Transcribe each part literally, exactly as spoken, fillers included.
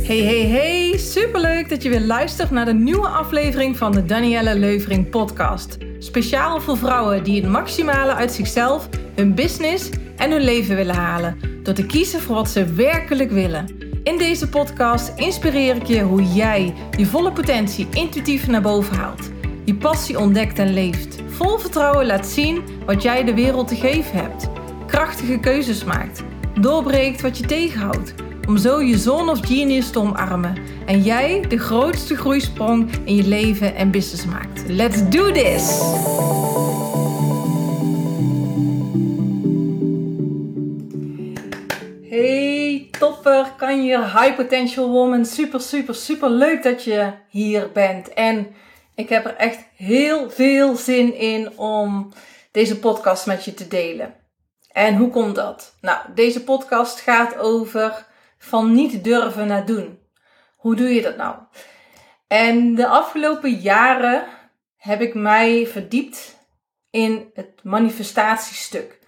Hey, hey, hey! Superleuk dat je weer luistert naar de nieuwe aflevering van de Danielle Leuvering podcast. Speciaal voor vrouwen die het maximale uit zichzelf, hun business en hun leven willen halen. Door te kiezen voor wat ze werkelijk willen. In deze podcast inspireer ik je hoe jij je volle potentie intuïtief naar boven haalt. Je passie ontdekt en leeft. Vol vertrouwen laat zien wat jij de wereld te geven hebt. Krachtige keuzes maakt. Doorbreekt wat je tegenhoudt. Om zo je zone of genius te omarmen. En jij de grootste groeisprong in je leven en business maakt. Let's do this! Hey topper, kan je high potential woman. Super, super, super leuk dat je hier bent. En ik heb er echt heel veel zin in om deze podcast met je te delen. En hoe komt dat? Nou, deze podcast gaat over van niet durven naar doen. Hoe doe je dat nou? En de afgelopen jaren heb ik mij verdiept in het manifestatiestuk.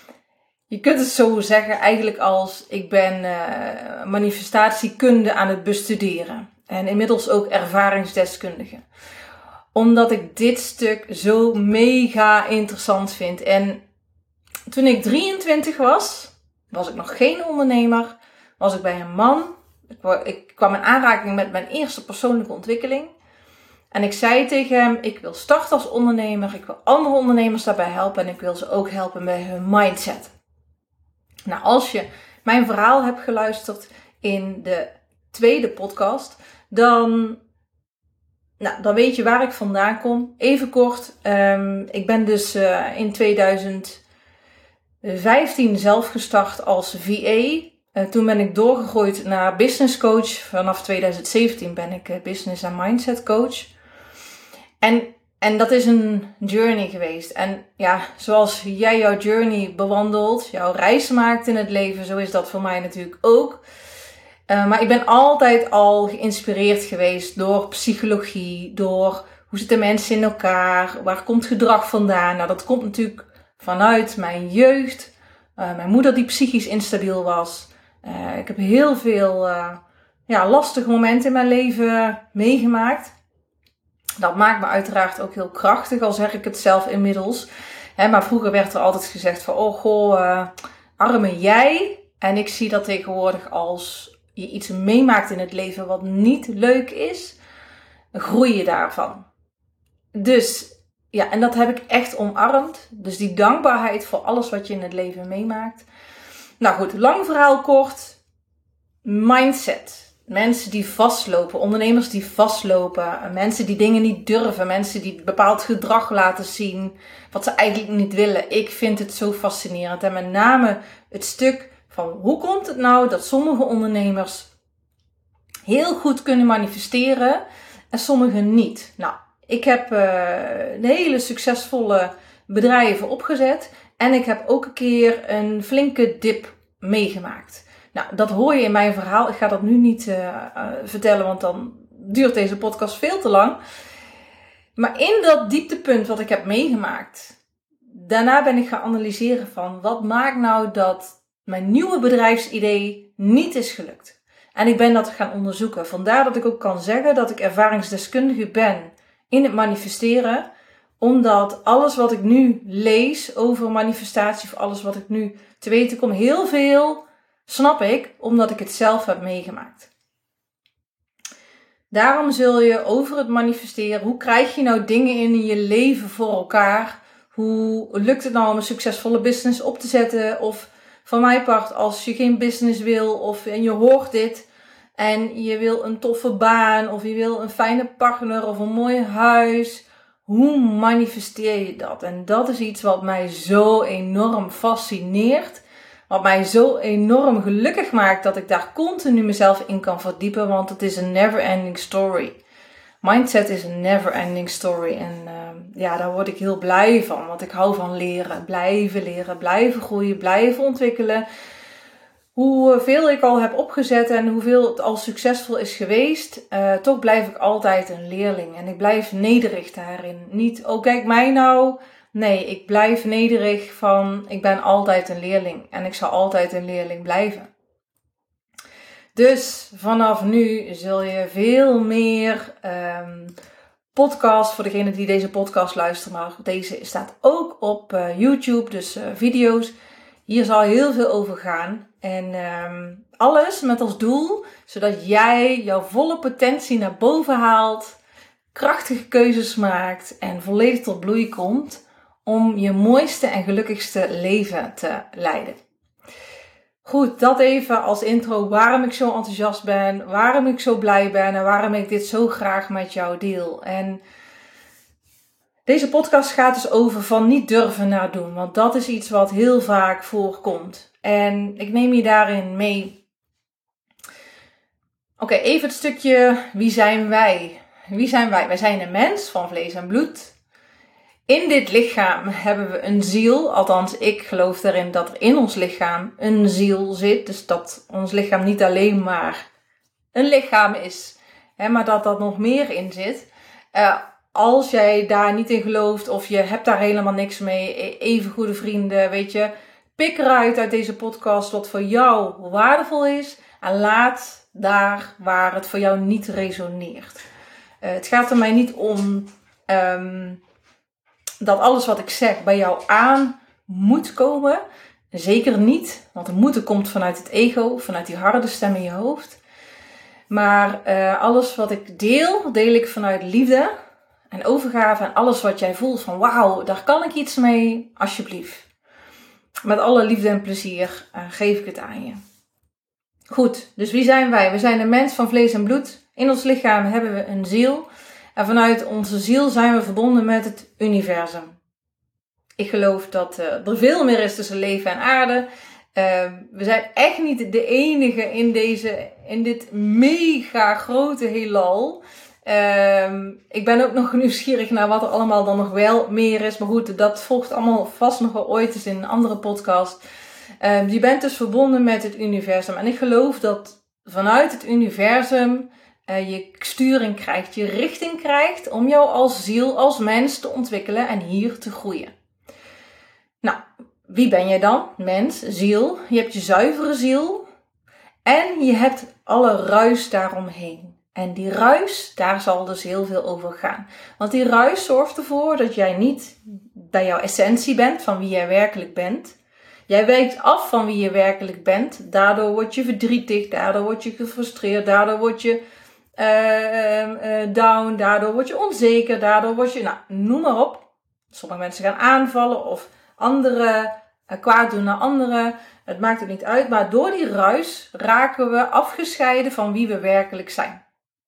Je kunt het zo zeggen eigenlijk als ik ben uh, manifestatiekunde aan het bestuderen. En inmiddels ook ervaringsdeskundige. Omdat ik dit stuk zo mega interessant vind. En toen ik drieëntwintig was, was ik nog geen ondernemer. Was ik bij een man. Ik, ik kwam in aanraking met mijn eerste persoonlijke ontwikkeling. En ik zei tegen hem, ik wil starten als ondernemer. Ik wil andere ondernemers daarbij helpen. En ik wil ze ook helpen met hun mindset. Nou, als je mijn verhaal hebt geluisterd in de tweede podcast. Dan, nou, dan weet je waar ik vandaan kom. Even kort. Um, ik ben dus uh, in twintig vijftien zelf gestart als V A. Uh, toen ben ik doorgegroeid naar business coach. Vanaf twintig zeventien ben ik uh, business en mindset coach. En, en dat is een journey geweest. En ja, zoals jij jouw journey bewandelt, jouw reis maakt in het leven, zo is dat voor mij natuurlijk ook. Uh, maar ik ben altijd al geïnspireerd geweest door psychologie, door hoe zitten mensen in elkaar, waar komt gedrag vandaan. Nou, dat komt natuurlijk vanuit mijn jeugd. Uh, mijn moeder die psychisch instabiel was. Uh, ik heb heel veel uh, ja, lastige momenten in mijn leven meegemaakt. Dat maakt me uiteraard ook heel krachtig, al zeg ik het zelf inmiddels. Hè, maar vroeger werd er altijd gezegd van, oh goh, uh, arme jij. En ik zie dat tegenwoordig als je iets meemaakt in het leven wat niet leuk is, groei je daarvan. Dus ja, en dat heb ik echt omarmd. Dus die dankbaarheid voor alles wat je in het leven meemaakt. Nou goed, lang verhaal kort. Mindset. Mensen die vastlopen, ondernemers die vastlopen, mensen die dingen niet durven, mensen die bepaald gedrag laten zien wat ze eigenlijk niet willen. Ik vind het zo fascinerend. En met name het stuk van hoe komt het nou dat sommige ondernemers heel goed kunnen manifesteren en sommigen niet. Nou, ik heb uh, een hele succesvolle bedrijven opgezet en ik heb ook een keer een flinke dip meegemaakt. Nou, dat hoor je in mijn verhaal. Ik ga dat nu niet uh, uh, vertellen, want dan duurt deze podcast veel te lang. Maar in dat dieptepunt wat ik heb meegemaakt, daarna ben ik gaan analyseren van wat maakt nou dat mijn nieuwe bedrijfsidee niet is gelukt. En ik ben dat gaan onderzoeken. Vandaar dat ik ook kan zeggen dat ik ervaringsdeskundige ben in het manifesteren. Omdat alles wat ik nu lees over manifestatie, of alles wat ik nu te weten kom, heel veel snap ik, omdat ik het zelf heb meegemaakt. Daarom zul je over het manifesteren, hoe krijg je nou dingen in je leven voor elkaar? Hoe lukt het nou om een succesvolle business op te zetten? Of van mijn part, als je geen business wil of en je hoort dit en je wil een toffe baan of je wil een fijne partner of een mooi huis. Hoe manifesteer je dat? En dat is iets wat mij zo enorm fascineert. Wat mij zo enorm gelukkig maakt dat ik daar continu mezelf in kan verdiepen. Want het is een never ending story. Mindset is een never ending story. En uh, ja, daar word ik heel blij van. Want ik hou van leren. Blijven leren. Blijven groeien. Blijven ontwikkelen. Hoeveel ik al heb opgezet en hoeveel het al succesvol is geweest. Uh, toch blijf ik altijd een leerling. En ik blijf nederig daarin. Niet, oh kijk mij nou. Nee, ik blijf nederig van, ik ben altijd een leerling. En ik zal altijd een leerling blijven. Dus vanaf nu zul je veel meer um, podcast, voor degene die deze podcast luisteren, maar deze staat ook op uh, YouTube, dus uh, video's. Hier zal heel veel over gaan. En um, alles met als doel, zodat jij jouw volle potentie naar boven haalt, krachtige keuzes maakt en volledig tot bloei komt om je mooiste en gelukkigste leven te leiden. Goed, dat even als intro waarom ik zo enthousiast ben, waarom ik zo blij ben en waarom ik dit zo graag met jou deel. En deze podcast gaat dus over van niet durven naar doen, want dat is iets wat heel vaak voorkomt. En ik neem je daarin mee. Oké, okay, even het stukje wie zijn wij? Wie zijn wij? Wij zijn een mens van vlees en bloed. In dit lichaam hebben we een ziel, althans ik geloof erin dat er in ons lichaam een ziel zit. Dus dat ons lichaam niet alleen maar een lichaam is, hè, maar dat dat nog meer in zit. Uh, als jij daar niet in gelooft of je hebt daar helemaal niks mee, even goede vrienden, weet je, pik eruit uit deze podcast wat voor jou waardevol is en laat daar waar het voor jou niet resoneert. Uh, het gaat er mij niet om um, dat alles wat ik zeg bij jou aan moet komen. Zeker niet, want het moeten komt vanuit het ego, vanuit die harde stem in je hoofd. Maar uh, alles wat ik deel, deel ik vanuit liefde en overgave. En alles wat jij voelt van wauw, daar kan ik iets mee, alsjeblieft. Met alle liefde en plezier uh, geef ik het aan je. Goed, dus wie zijn wij? We zijn een mens van vlees en bloed. In ons lichaam hebben we een ziel. En vanuit onze ziel zijn we verbonden met het universum. Ik geloof dat uh, er veel meer is tussen leven en aarde. Uh, we zijn echt niet de enige in, deze, in dit mega grote heelal. Uh, ik ben ook nog nieuwsgierig naar wat er allemaal dan nog wel meer is. Maar goed, dat volgt allemaal vast nog wel ooit eens in een andere podcast. Uh, je bent dus verbonden met het universum. En ik geloof dat vanuit het universum uh, je sturing krijgt, je richting krijgt om jou als ziel, als mens te ontwikkelen en hier te groeien. Nou, wie ben je dan? Mens, ziel. Je hebt je zuivere ziel en je hebt alle ruis daaromheen. En die ruis, daar zal dus heel veel over gaan. Want die ruis zorgt ervoor dat jij niet bij jouw essentie bent, van wie jij werkelijk bent. Jij wijkt af van wie je werkelijk bent. Daardoor word je verdrietig, daardoor word je gefrustreerd, daardoor word je uh, uh, down, daardoor word je onzeker, daardoor word je, nou, noem maar op. Sommige mensen gaan aanvallen of anderen uh, kwaad doen naar anderen. Het maakt het niet uit, maar door die ruis raken we afgescheiden van wie we werkelijk zijn.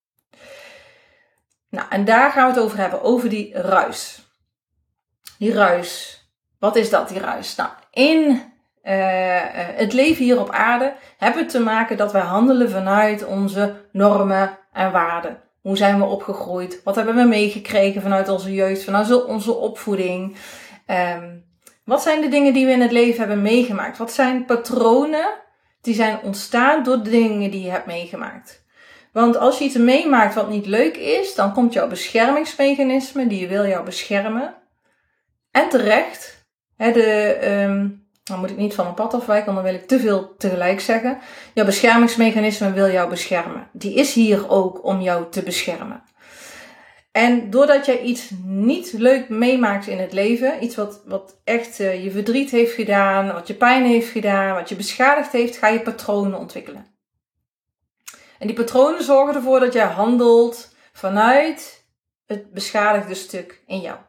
Nou, en daar gaan we het over hebben, over die ruis. Die ruis. Wat is dat, die ruis? Nou, in uh, het leven hier op aarde hebben we te maken dat wij handelen vanuit onze normen en waarden. Hoe zijn we opgegroeid? Wat hebben we meegekregen vanuit onze jeugd, vanuit onze opvoeding? Um, wat zijn de dingen die we in het leven hebben meegemaakt? Wat zijn patronen die zijn ontstaan door de dingen die je hebt meegemaakt? Want als je iets meemaakt wat niet leuk is, dan komt jouw beschermingsmechanisme, die wil jou beschermen. En terecht, hè, de, um, dan moet ik niet van mijn pad afwijken, want dan wil ik te veel tegelijk zeggen. Jouw beschermingsmechanisme wil jou beschermen. Die is hier ook om jou te beschermen. En doordat jij iets niet leuk meemaakt in het leven, iets wat, wat echt uh, je verdriet heeft gedaan, wat je pijn heeft gedaan, wat je beschadigd heeft, ga je patronen ontwikkelen. En die patronen zorgen ervoor dat jij handelt vanuit het beschadigde stuk in jou.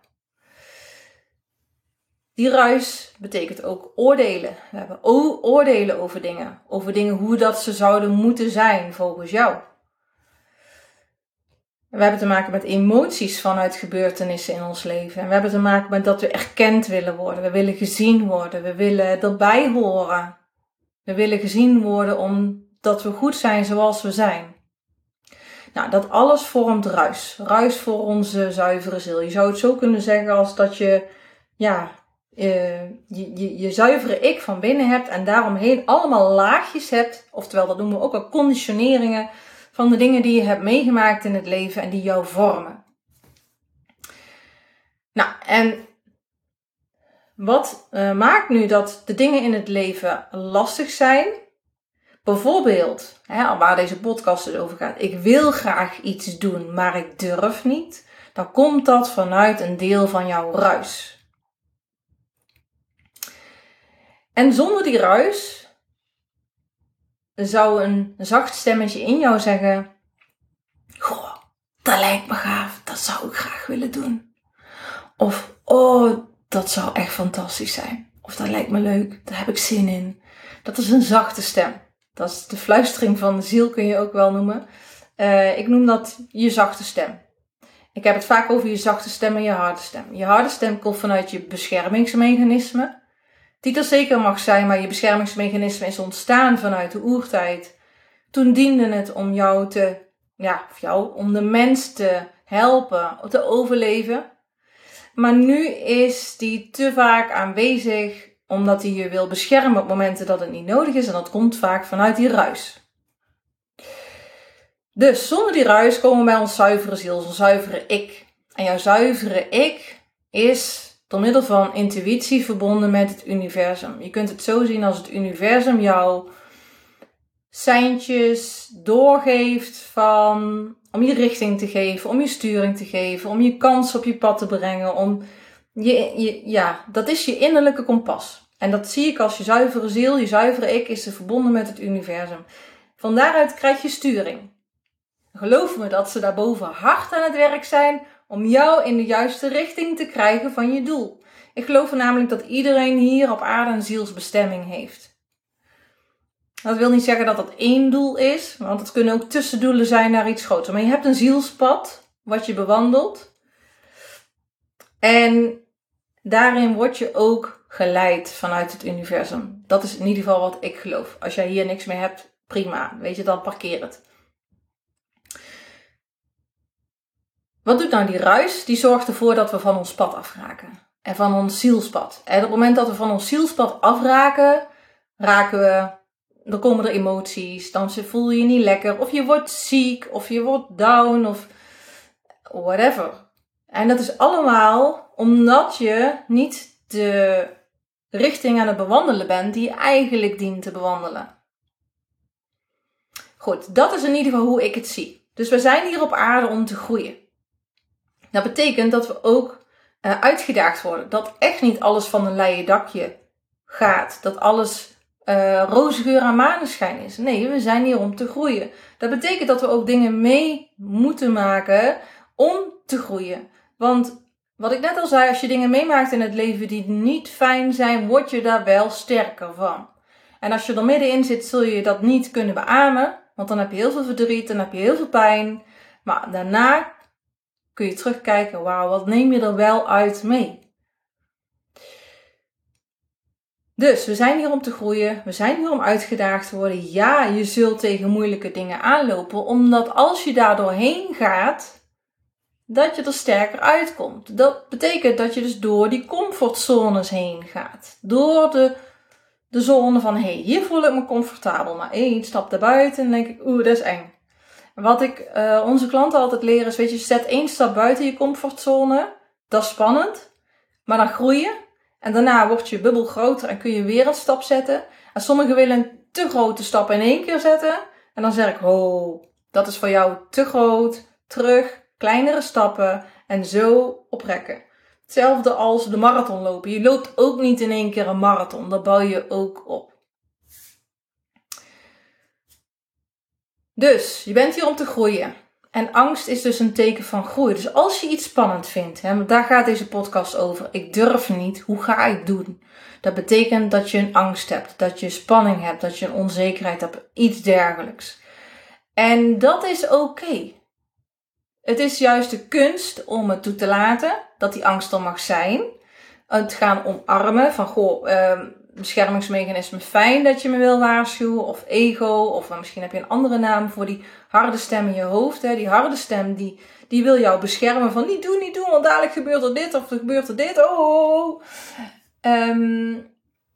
Die ruis betekent ook oordelen. We hebben oordelen over dingen. Over dingen hoe dat ze zouden moeten zijn volgens jou. We hebben te maken met emoties vanuit gebeurtenissen in ons leven. En we hebben te maken met dat we erkend willen worden. We willen gezien worden. We willen erbij horen. We willen gezien worden omdat we goed zijn zoals we zijn. Nou, dat alles vormt ruis. Ruis voor onze zuivere ziel. Je zou het zo kunnen zeggen als dat je, ja, je, je, je zuivere ik van binnen hebt en daaromheen allemaal laagjes hebt. Oftewel, dat noemen we ook wel conditioneringen van de dingen die je hebt meegemaakt in het leven en die jou vormen. Nou, en wat uh, maakt nu dat de dingen in het leven lastig zijn? Bijvoorbeeld, hè, waar deze podcast dus over gaat. Ik wil graag iets doen, maar ik durf niet. Dan komt dat vanuit een deel van jouw ruis. En zonder die ruis zou een zacht stemmetje in jou zeggen: goh, dat lijkt me gaaf, dat zou ik graag willen doen. Of, oh, dat zou echt fantastisch zijn. Of dat lijkt me leuk, daar heb ik zin in. Dat is een zachte stem. Dat is de fluistering van de ziel, kun je ook wel noemen. Uh, ik noem dat je zachte stem. Ik heb het vaak over je zachte stem en je harde stem. Je harde stem komt vanuit je beschermingsmechanisme. Die er zeker mag zijn, maar je beschermingsmechanisme is ontstaan vanuit de oertijd. Toen diende het om jou te, ja, of jou, om de mens te helpen, te overleven. Maar nu is die te vaak aanwezig, omdat hij je wil beschermen op momenten dat het niet nodig is. En dat komt vaak vanuit die ruis. Dus zonder die ruis komen we bij ons zuivere ziel, ons zuivere ik. En jouw zuivere ik is door middel van intuïtie verbonden met het universum. Je kunt het zo zien als het universum jou seintjes doorgeeft van, om je richting te geven, om je sturing te geven, om je kans op je pad te brengen. Om je, je, ja, dat is je innerlijke kompas. En dat zie ik als je zuivere ziel, je zuivere ik is verbonden met het universum. Van daaruit krijg je sturing. Geloof me dat ze daarboven hard aan het werk zijn om jou in de juiste richting te krijgen van je doel. Ik geloof er namelijk dat iedereen hier op aarde een zielsbestemming heeft. Dat wil niet zeggen dat dat één doel is, want het kunnen ook tussendoelen zijn naar iets groter. Maar je hebt een zielspad wat je bewandelt. En daarin word je ook geleid vanuit het universum. Dat is in ieder geval wat ik geloof. Als jij hier niks mee hebt, prima. Weet je, dan parkeer het. Wat doet nou die ruis? Die zorgt ervoor dat we van ons pad afraken. En van ons zielspad. En op het moment dat we van ons zielspad afraken, raken we, dan komen er emoties. Dan voel je je niet lekker. Of je wordt ziek. Of je wordt down. Of whatever. En dat is allemaal omdat je niet de richting aan het bewandelen bent die je eigenlijk dient te bewandelen. Goed, dat is in ieder geval hoe ik het zie. Dus we zijn hier op aarde om te groeien. Dat betekent dat we ook uh, uitgedaagd worden. Dat echt niet alles van een leien dakje gaat. Dat alles uh, roze geur en maneschijn is. Nee, we zijn hier om te groeien. Dat betekent dat we ook dingen mee moeten maken om te groeien. Want wat ik net al zei, als je dingen meemaakt in het leven die niet fijn zijn, word je daar wel sterker van. En als je er middenin zit, zul je dat niet kunnen beamen. Want dan heb je heel veel verdriet, dan heb je heel veel pijn. Maar daarna kun je terugkijken, wauw, wat neem je er wel uit mee? Dus we zijn hier om te groeien, we zijn hier om uitgedaagd te worden. Ja, je zult tegen moeilijke dingen aanlopen, omdat als je daar doorheen gaat, dat je er sterker uitkomt. Dat betekent dat je dus door die comfortzones heen gaat. Door de, de zone van, hé, hey, hier voel ik me comfortabel. Maar één stap daarbuiten en denk ik, oeh, dat is eng. Wat ik uh, onze klanten altijd leren is, weet je, zet één stap buiten je comfortzone. Dat is spannend. Maar dan groei je. En daarna wordt je bubbel groter en kun je weer een stap zetten. En sommigen willen een te grote stap in één keer zetten. En dan zeg ik, ho, dat is voor jou te groot. Terug, kleinere stappen en zo oprekken. Hetzelfde als de marathon lopen. Je loopt ook niet in één keer een marathon. Dat bouw je ook op. Dus, je bent hier om te groeien. En angst is dus een teken van groei. Dus als je iets spannend vindt, hè, daar gaat deze podcast over. Ik durf niet, hoe ga ik doen? Dat betekent dat je een angst hebt, dat je spanning hebt, dat je een onzekerheid hebt, iets dergelijks. En dat is oké. Okay. Het is juist de kunst om het toe te laten, dat die angst er mag zijn. Het gaan omarmen van, goh, uh, beschermingsmechanisme, fijn dat je me wil waarschuwen, of ego, of misschien heb je een andere naam voor die harde stem in je hoofd. Hè. Die harde stem, die, die wil jou beschermen van niet doen, niet doen, want dadelijk gebeurt er dit of er gebeurt er dit. Oh. Um,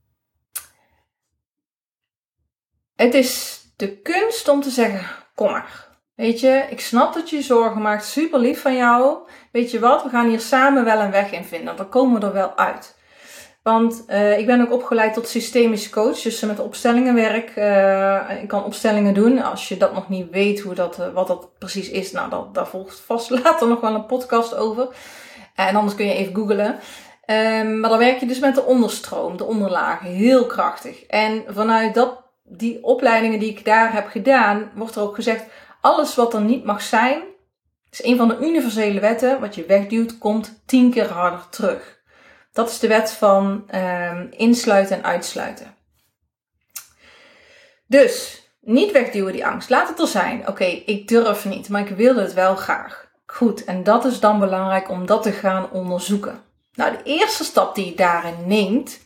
het is de kunst om te zeggen, kom maar. Weet je, ik snap dat je je zorgen maakt, super lief van jou. Weet je wat, we gaan hier samen wel een weg in vinden, dan komen we er wel uit. Want uh, ik ben ook opgeleid tot systemisch coach, dus met opstellingen werk. Uh, ik kan opstellingen doen. Als je dat nog niet weet, hoe dat, uh, wat dat precies is, nou, dat, daar volgt vast later nog wel een podcast over. En anders kun je even googlen. Um, maar dan werk je dus met de onderstroom, de onderlagen, heel krachtig. En vanuit dat, die opleidingen die ik daar heb gedaan, wordt er ook gezegd, alles wat er niet mag zijn, is een van de universele wetten, wat je wegduwt, komt tien keer harder terug. Dat is de wet van um, insluiten en uitsluiten. Dus, niet wegduwen die angst. Laat het er zijn. Oké, okay, ik durf niet, maar ik wil het wel graag. Goed, en dat is dan belangrijk om dat te gaan onderzoeken. Nou, de eerste stap die je daarin neemt,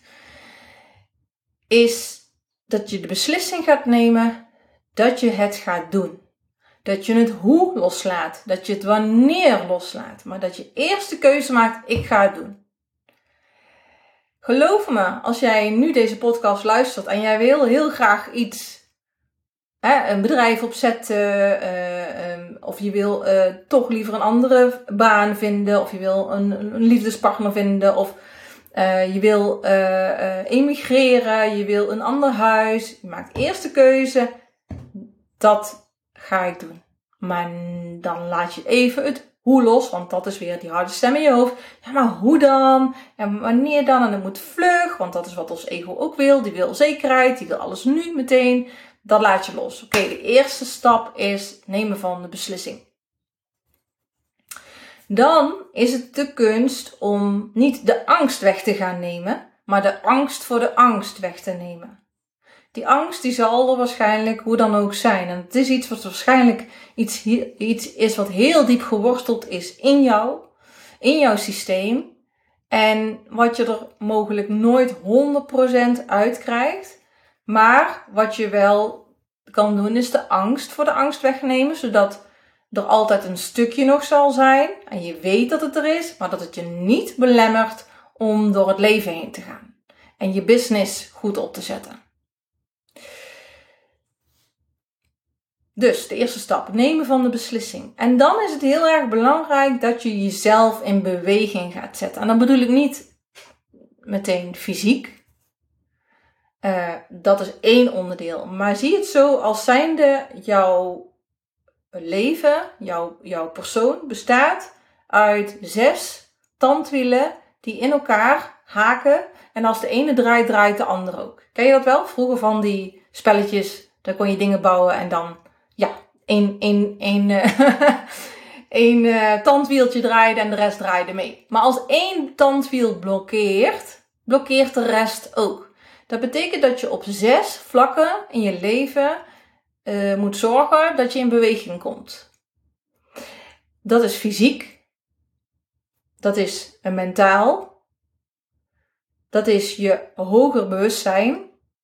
is dat je de beslissing gaat nemen dat je het gaat doen. Dat je het hoe loslaat, dat je het wanneer loslaat, maar dat je eerst de keuze maakt, ik ga het doen. Geloof me, als jij nu deze podcast luistert en jij wil heel graag iets, hè, een bedrijf opzetten, uh, um, of je wil uh, toch liever een andere baan vinden, of je wil een, een liefdespartner vinden, of uh, je wil uh, uh, emigreren, je wil een ander huis. Je maakt eerst de keuze, dat ga ik doen. Maar dan laat je even het hoe los, want dat is weer die harde stem in je hoofd. Ja, maar hoe dan? En wanneer dan? En het moet vlug, want dat is wat ons ego ook wil. Die wil zekerheid, die wil alles nu meteen. Dat laat je los. Oké, okay, de eerste stap is nemen van de beslissing. Dan is het de kunst om niet de angst weg te gaan nemen, maar de angst voor de angst weg te nemen. Die angst die zal er waarschijnlijk hoe dan ook zijn. En het is iets wat waarschijnlijk iets, iets is wat heel diep geworteld is in jou, in jouw systeem. En wat je er mogelijk nooit honderd procent uit krijgt. Maar wat je wel kan doen is de angst voor de angst wegnemen. Zodat er altijd een stukje nog zal zijn. En je weet dat het er is, maar dat het je niet belemmert om door het leven heen te gaan. En je business goed op te zetten. Dus de eerste stap, nemen van de beslissing. En dan is het heel erg belangrijk dat je jezelf in beweging gaat zetten. En dan bedoel ik niet meteen fysiek. Uh, dat is één onderdeel. Maar zie het zo als zijnde jouw leven, jouw, jouw persoon bestaat uit zes tandwielen die in elkaar haken. En als de ene draait, draait de andere ook. Ken je dat wel? Vroeger van die spelletjes, daar kon je dingen bouwen en dan... Ja, één, één, één, uh, één uh, tandwieltje draaide en de rest draaide mee. Maar als één tandwiel blokkeert, blokkeert de rest ook. Dat betekent dat je op zes vlakken in je leven uh, moet zorgen dat je in beweging komt. Dat is fysiek. Dat is uh, mentaal. Dat is je hoger bewustzijn.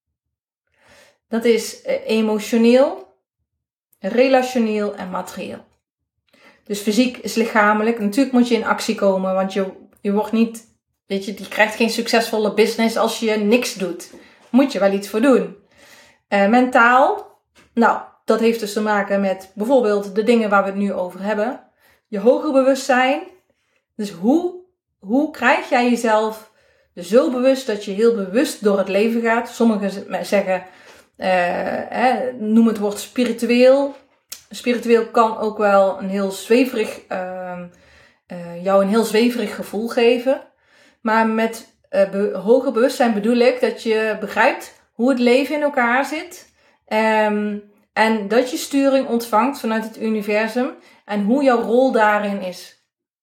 Dat is uh, emotioneel. Relationeel en materieel. Dus fysiek is lichamelijk. Natuurlijk moet je in actie komen, want je, je wordt niet, weet je, je krijgt geen succesvolle business als je niks doet. Moet je wel iets voor doen. Uh, mentaal, nou, dat heeft dus te maken met bijvoorbeeld de dingen waar we het nu over hebben. Je hoger bewustzijn. Dus hoe, hoe krijg jij jezelf zo bewust dat je heel bewust door het leven gaat? Sommigen zeggen... Uh, eh, noem het woord spiritueel. Spiritueel kan ook wel een heel zweverig, uh, uh, jou een heel zweverig gevoel geven. Maar met uh, be- hoger bewustzijn bedoel ik dat je begrijpt hoe het leven in elkaar zit. Um, en dat je sturing ontvangt vanuit het universum en hoe jouw rol daarin is.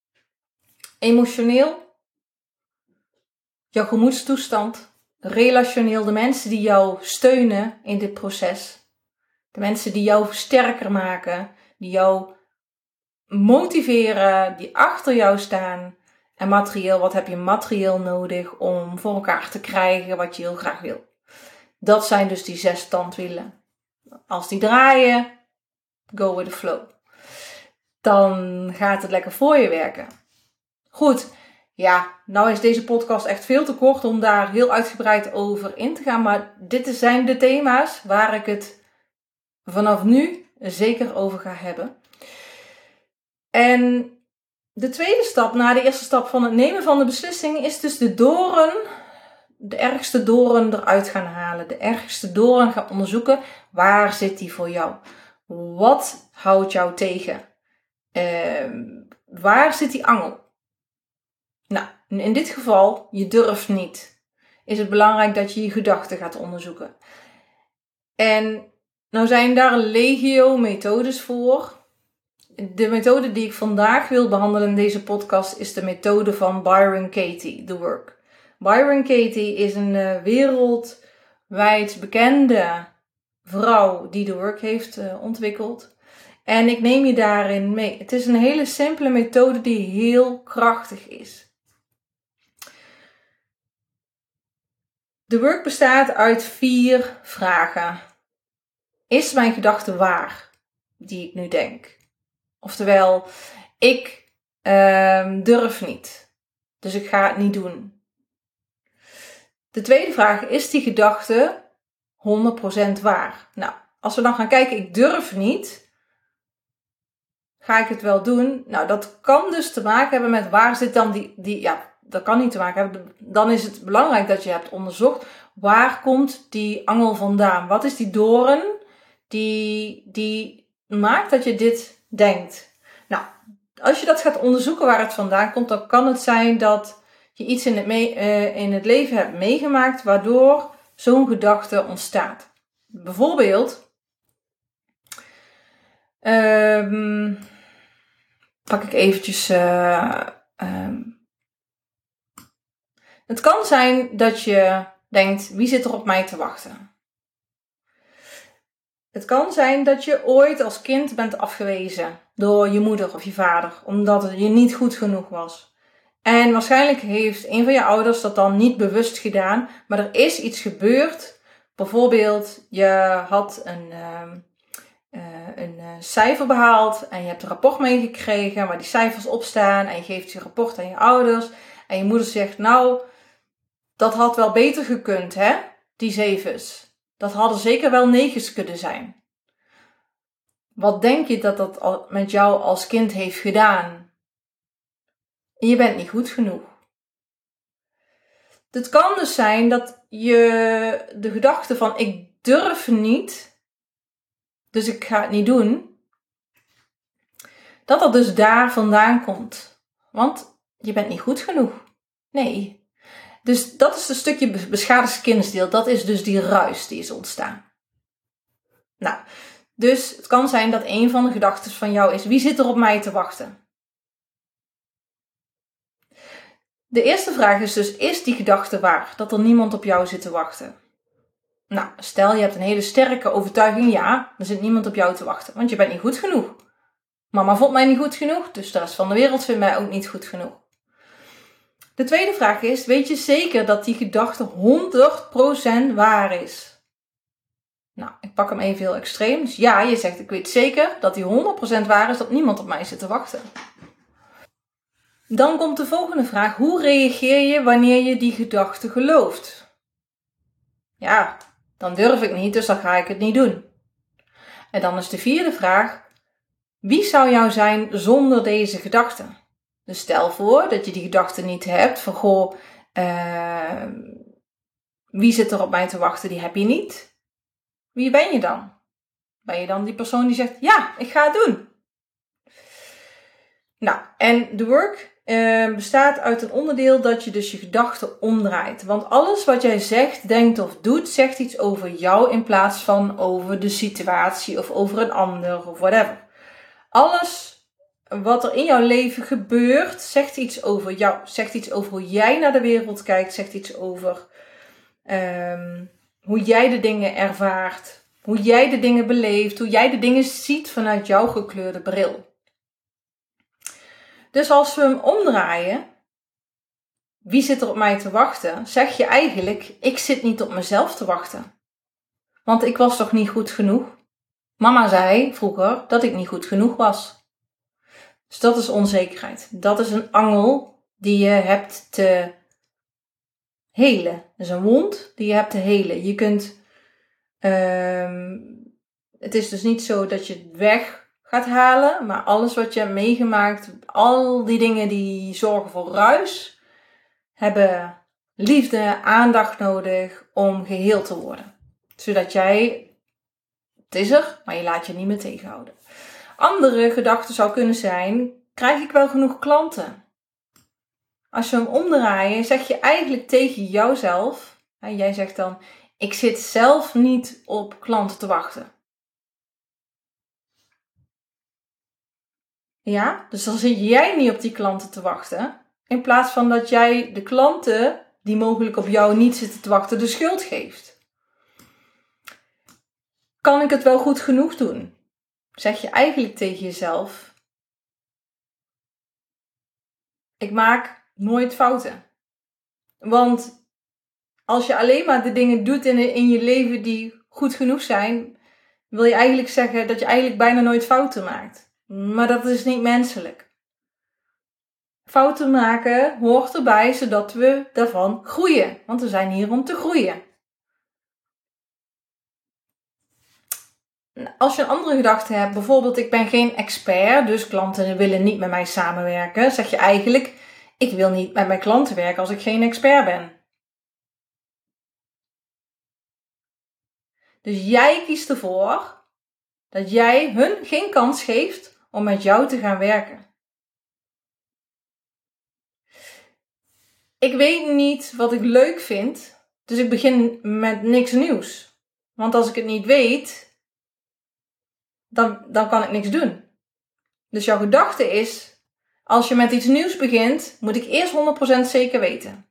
Emotioneel, jouw gemoedstoestand. Relationeel, de mensen die jou steunen in dit proces. De mensen die jou sterker maken. Die jou motiveren. Die achter jou staan. En materieel, wat heb je materieel nodig om voor elkaar te krijgen wat je heel graag wil. Dat zijn dus die zes tandwielen. Als die draaien, go with the flow. Dan gaat het lekker voor je werken. Goed. Ja, nou is deze podcast echt veel te kort om daar heel uitgebreid over in te gaan. Maar dit zijn de thema's waar ik het vanaf nu zeker over ga hebben. En de tweede stap, na de eerste stap van het nemen van de beslissing, is dus de doorn de ergste doorn eruit gaan halen. De ergste doorn gaan onderzoeken. Waar zit die voor jou? Wat houdt jou tegen? Uh, waar zit die angel? Nou, in dit geval, je durft niet. Is het belangrijk dat je je gedachten gaat onderzoeken. En nou zijn daar legio methodes voor. De methode die ik vandaag wil behandelen in deze podcast is de methode van Byron Katie, The Work. Byron Katie is een uh, wereldwijd bekende vrouw die The Work heeft uh, ontwikkeld. En ik neem je daarin mee. Het is een hele simpele methode die heel krachtig is. The Work bestaat uit vier vragen. Is mijn gedachte waar, die ik nu denk? Oftewel, ik uh, durf niet, dus ik ga het niet doen. De tweede vraag, is die gedachte honderd procent waar? Nou, als we dan gaan kijken, ik durf niet, ga ik het wel doen? Nou, dat kan dus te maken hebben met waar zit dan die, die ja, dat kan niet te maken hebben. Dan is het belangrijk dat je hebt onderzocht, waar komt die angel vandaan? Wat is die doorn die, die maakt dat je dit denkt? Nou, als je dat gaat onderzoeken waar het vandaan komt, dan kan het zijn dat je iets in het, mee, uh, in het leven hebt meegemaakt waardoor zo'n gedachte ontstaat. Bijvoorbeeld, um, pak ik eventjes, uh, um, het kan zijn dat je denkt, wie zit er op mij te wachten? Het kan zijn dat je ooit als kind bent afgewezen door je moeder of je vader, omdat het je niet goed genoeg was. En waarschijnlijk heeft een van je ouders dat dan niet bewust gedaan, maar er is iets gebeurd. Bijvoorbeeld, je had een, uh, uh, een uh, cijfer behaald en je hebt een rapport meegekregen waar die cijfers op staan en je geeft je rapport aan je ouders. En je moeder zegt, nou, dat had wel beter gekund, hè, die zevens. Dat hadden zeker wel negens kunnen zijn. Wat denk je dat dat met jou als kind heeft gedaan? En je bent niet goed genoeg. Het kan dus zijn dat je de gedachte van ik durf niet, dus ik ga het niet doen, dat dat dus daar vandaan komt. Want je bent niet goed genoeg. Nee. Dus dat is een stukje beschadigd kindsdeel. Dat is dus die ruis die is ontstaan. Nou, dus het kan zijn dat een van de gedachten van jou is, wie zit er op mij te wachten? De eerste vraag is dus, is die gedachte waar? Dat er niemand op jou zit te wachten? Nou, stel je hebt een hele sterke overtuiging, ja, er zit niemand op jou te wachten, want je bent niet goed genoeg. Mama vond mij niet goed genoeg, dus de rest van de wereld vindt mij ook niet goed genoeg. De tweede vraag is, weet je zeker dat die gedachte honderd procent waar is? Nou, ik pak hem even heel extreem. Dus ja, je zegt, ik weet zeker dat die honderd procent waar is, dat niemand op mij zit te wachten. Dan komt de volgende vraag, hoe reageer je wanneer je die gedachte gelooft? Ja, dan durf ik niet, dus dan ga ik het niet doen. En dan is de vierde vraag, wie zou jou zijn zonder deze gedachte? Dus stel voor dat je die gedachte niet hebt van, goh, uh, wie zit er op mij te wachten, die heb je niet. Wie ben je dan? Ben je dan die persoon die zegt, ja, ik ga het doen? Nou, en The Work uh, bestaat uit een onderdeel dat je dus je gedachten omdraait. Want alles wat jij zegt, denkt of doet, zegt iets over jou in plaats van over de situatie of over een ander of whatever. Alles wat er in jouw leven gebeurt, zegt iets over jou. Zegt iets over hoe jij naar de wereld kijkt. Zegt iets over um, hoe jij de dingen ervaart. Hoe jij de dingen beleeft. Hoe jij de dingen ziet vanuit jouw gekleurde bril. Dus als we hem omdraaien, wie zit er op mij te wachten? Zeg je eigenlijk, ik zit niet op mezelf te wachten. Want ik was toch niet goed genoeg? Mama zei vroeger dat ik niet goed genoeg was. Dus dat is onzekerheid. Dat is een angel die je hebt te helen. Dat is een wond die je hebt te helen. Je kunt, um, het is dus niet zo dat je het weg gaat halen, maar alles wat je hebt meegemaakt, al die dingen die zorgen voor ruis, hebben liefde, aandacht nodig om geheeld te worden. Zodat jij, het is er, maar je laat je niet meer tegenhouden. Andere gedachten zou kunnen zijn, krijg ik wel genoeg klanten? Als je hem omdraait, zeg je eigenlijk tegen jouzelf, en jij zegt dan, ik zit zelf niet op klanten te wachten. Ja, dus dan zit jij niet op die klanten te wachten. In plaats van dat jij de klanten die mogelijk op jou niet zitten te wachten de schuld geeft. Kan ik het wel goed genoeg doen? Zeg je eigenlijk tegen jezelf. Ik maak nooit fouten. Want als je alleen maar de dingen doet in, in je leven die goed genoeg zijn, wil je eigenlijk zeggen dat je eigenlijk bijna nooit fouten maakt. Maar dat is niet menselijk. Fouten maken hoort erbij, zodat we daarvan groeien. Want we zijn hier om te groeien. Als je een andere gedachte hebt, bijvoorbeeld ik ben geen expert, dus klanten willen niet met mij samenwerken, zeg je eigenlijk, ik wil niet met mijn klanten werken als ik geen expert ben. Dus jij kiest ervoor dat jij hun geen kans geeft om met jou te gaan werken. Ik weet niet wat ik leuk vind, dus ik begin met niks nieuws. Want als ik het niet weet, dan, dan kan ik niks doen. Dus jouw gedachte is, als je met iets nieuws begint, moet ik eerst honderd procent zeker weten.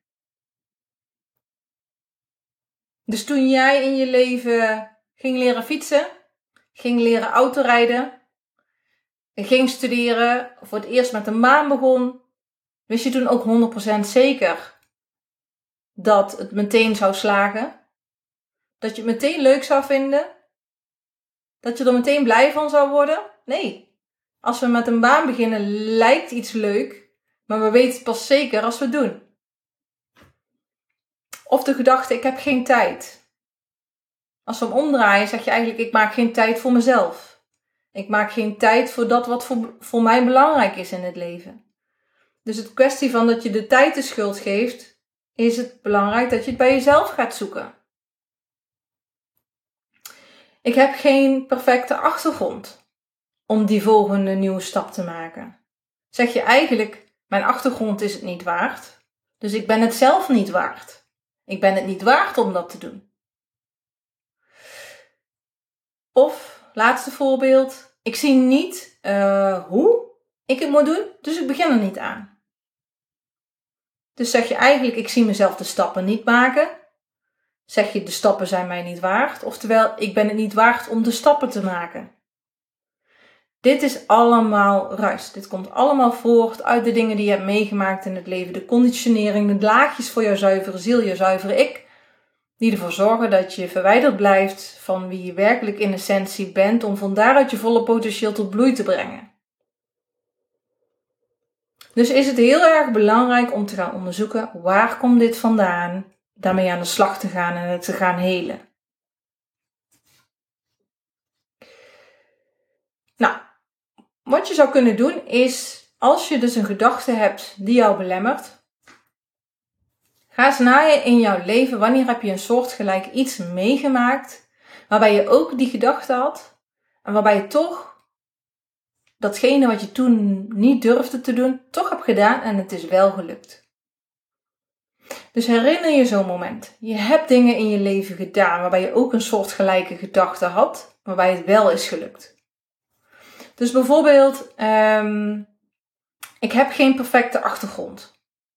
Dus toen jij in je leven ging leren fietsen, ging leren autorijden, ging studeren, voor het eerst met een baan begon, wist je toen ook honderd procent zeker dat het meteen zou slagen? Dat je het meteen leuk zou vinden? Dat je er meteen blij van zou worden? Nee. Als we met een baan beginnen, lijkt iets leuk, maar we weten het pas zeker als we het doen. Of de gedachte, ik heb geen tijd. Als we hem omdraaien, zeg je eigenlijk, ik maak geen tijd voor mezelf. Ik maak geen tijd voor dat wat voor, voor mij belangrijk is in het leven. Dus het kwestie van dat je de tijd de schuld geeft, is het belangrijk dat je het bij jezelf gaat zoeken. Ik heb geen perfecte achtergrond om die volgende nieuwe stap te maken. Zeg je eigenlijk, mijn achtergrond is het niet waard, dus ik ben het zelf niet waard. Ik ben het niet waard om dat te doen. Of, laatste voorbeeld, ik zie niet uh, hoe ik het moet doen, dus ik begin er niet aan. Dus zeg je eigenlijk, ik zie mezelf de stappen niet maken. Zeg je, de stappen zijn mij niet waard. Oftewel, ik ben het niet waard om de stappen te maken. Dit is allemaal ruis. Dit komt allemaal voort uit de dingen die je hebt meegemaakt in het leven. De conditionering, de laagjes voor jouw zuivere ziel, je zuivere ik. Die ervoor zorgen dat je verwijderd blijft van wie je werkelijk in essentie bent. Om van daaruit je volle potentieel tot bloei te brengen. Dus is het heel erg belangrijk om te gaan onderzoeken, waar komt dit vandaan? Daarmee aan de slag te gaan en het te gaan helen. Nou, wat je zou kunnen doen is, als je dus een gedachte hebt die jou belemmert, ga eens naaien in jouw leven, wanneer heb je een soortgelijk iets meegemaakt, waarbij je ook die gedachte had, en waarbij je toch datgene wat je toen niet durfde te doen, toch hebt gedaan en het is wel gelukt. Dus herinner je zo'n moment. Je hebt dingen in je leven gedaan waarbij je ook een soortgelijke gedachte had, waarbij het wel is gelukt. Dus bijvoorbeeld, um, ik heb geen perfecte achtergrond.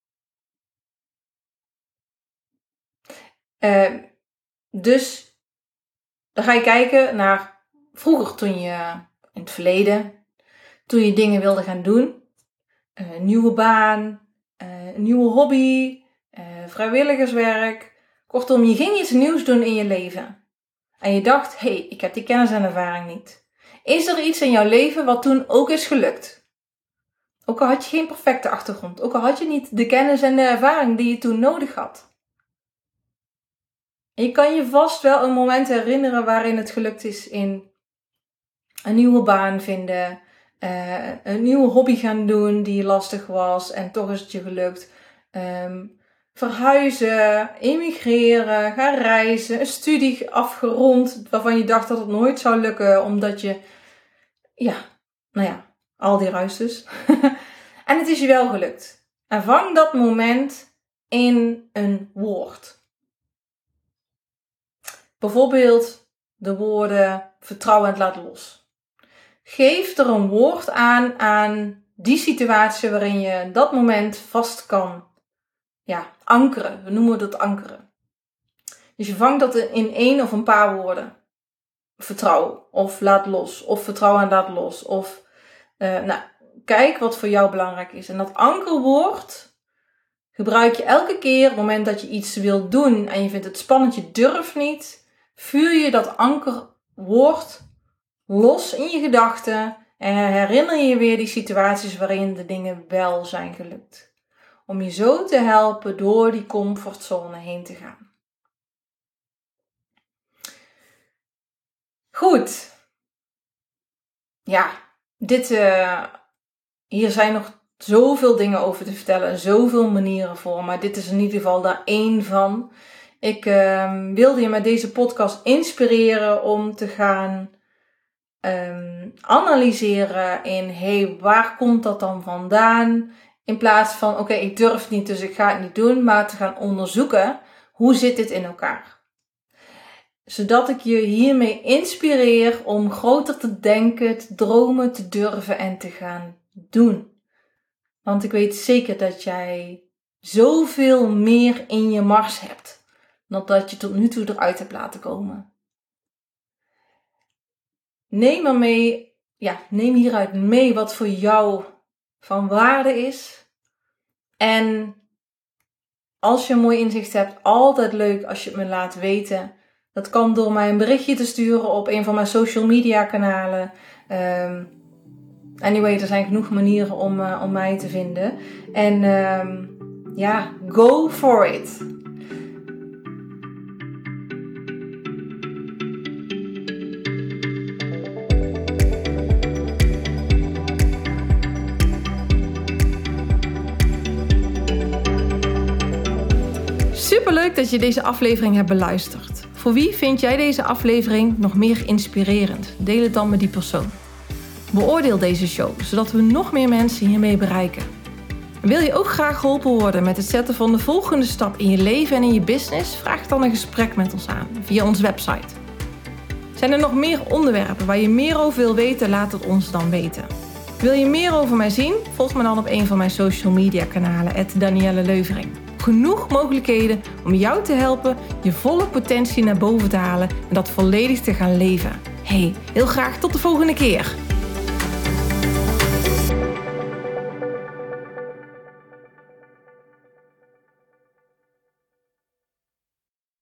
Uh, dus dan ga je kijken naar vroeger toen je, in het verleden, toen je dingen wilde gaan doen. Uh, een nieuwe baan, uh, een nieuwe hobby, uh, vrijwilligerswerk. Kortom, je ging iets nieuws doen in je leven. En je dacht, hé, hey, ik heb die kennis en ervaring niet. Is er iets in jouw leven wat toen ook is gelukt? Ook al had je geen perfecte achtergrond. Ook al had je niet de kennis en de ervaring die je toen nodig had. En je kan je vast wel een moment herinneren waarin het gelukt is in een nieuwe baan vinden. Uh, een nieuwe hobby gaan doen die lastig was en toch is het je gelukt. Um, verhuizen, emigreren, gaan reizen, een studie afgerond waarvan je dacht dat het nooit zou lukken, omdat je, ja, nou ja, al die ruis dus. En het is je wel gelukt. En vang dat moment in een woord. Bijvoorbeeld de woorden vertrouwen en laat los. Geef er een woord aan aan die situatie waarin je dat moment vast kan ja, ankeren. We noemen dat ankeren. Dus je vangt dat in één of een paar woorden. Vertrouw of laat los. Of vertrouw en laat los. Of uh, nou, kijk wat voor jou belangrijk is. En dat ankerwoord gebruik je elke keer op het moment dat je iets wilt doen en je vindt het spannend, je durft niet. Vuur je dat ankerwoord los in je gedachten en herinner je weer die situaties waarin de dingen wel zijn gelukt. Om je zo te helpen door die comfortzone heen te gaan. Goed. Ja, dit, uh, hier zijn nog zoveel dingen over te vertellen en zoveel manieren voor. Maar dit is in ieder geval daar één van. Ik uh, wilde je met deze podcast inspireren om te gaan um, analyseren in, hey, waar komt dat dan vandaan? In plaats van, oké, okay, ik durf niet, dus ik ga het niet doen. Maar te gaan onderzoeken, hoe zit dit in elkaar? Zodat ik je hiermee inspireer om groter te denken, te dromen, te durven en te gaan doen. Want ik weet zeker dat jij zoveel meer in je mars hebt dan dat je tot nu toe eruit hebt laten komen. Neem er mee, ja, neem hieruit mee wat voor jou van waarde is. En als je een mooi inzicht hebt, altijd leuk als je het me laat weten. Dat kan door mij een berichtje te sturen op een van mijn social media kanalen. Um, anyway, er zijn genoeg manieren om, uh, om mij te vinden. En um, ja, go for it! Superleuk dat je deze aflevering hebt beluisterd. Voor wie vind jij deze aflevering nog meer inspirerend? Deel het dan met die persoon. Beoordeel deze show, zodat we nog meer mensen hiermee bereiken. Wil je ook graag geholpen worden met het zetten van de volgende stap in je leven en in je business? Vraag dan een gesprek met ons aan via onze website. Zijn er nog meer onderwerpen waar je meer over wil weten? Laat het ons dan weten. Wil je meer over mij zien? Volg me dan op een van mijn social media kanalen, at Danielle Leuvering. Genoeg mogelijkheden om jou te helpen je volle potentie naar boven te halen en dat volledig te gaan leven. Hey, heel graag tot de volgende keer!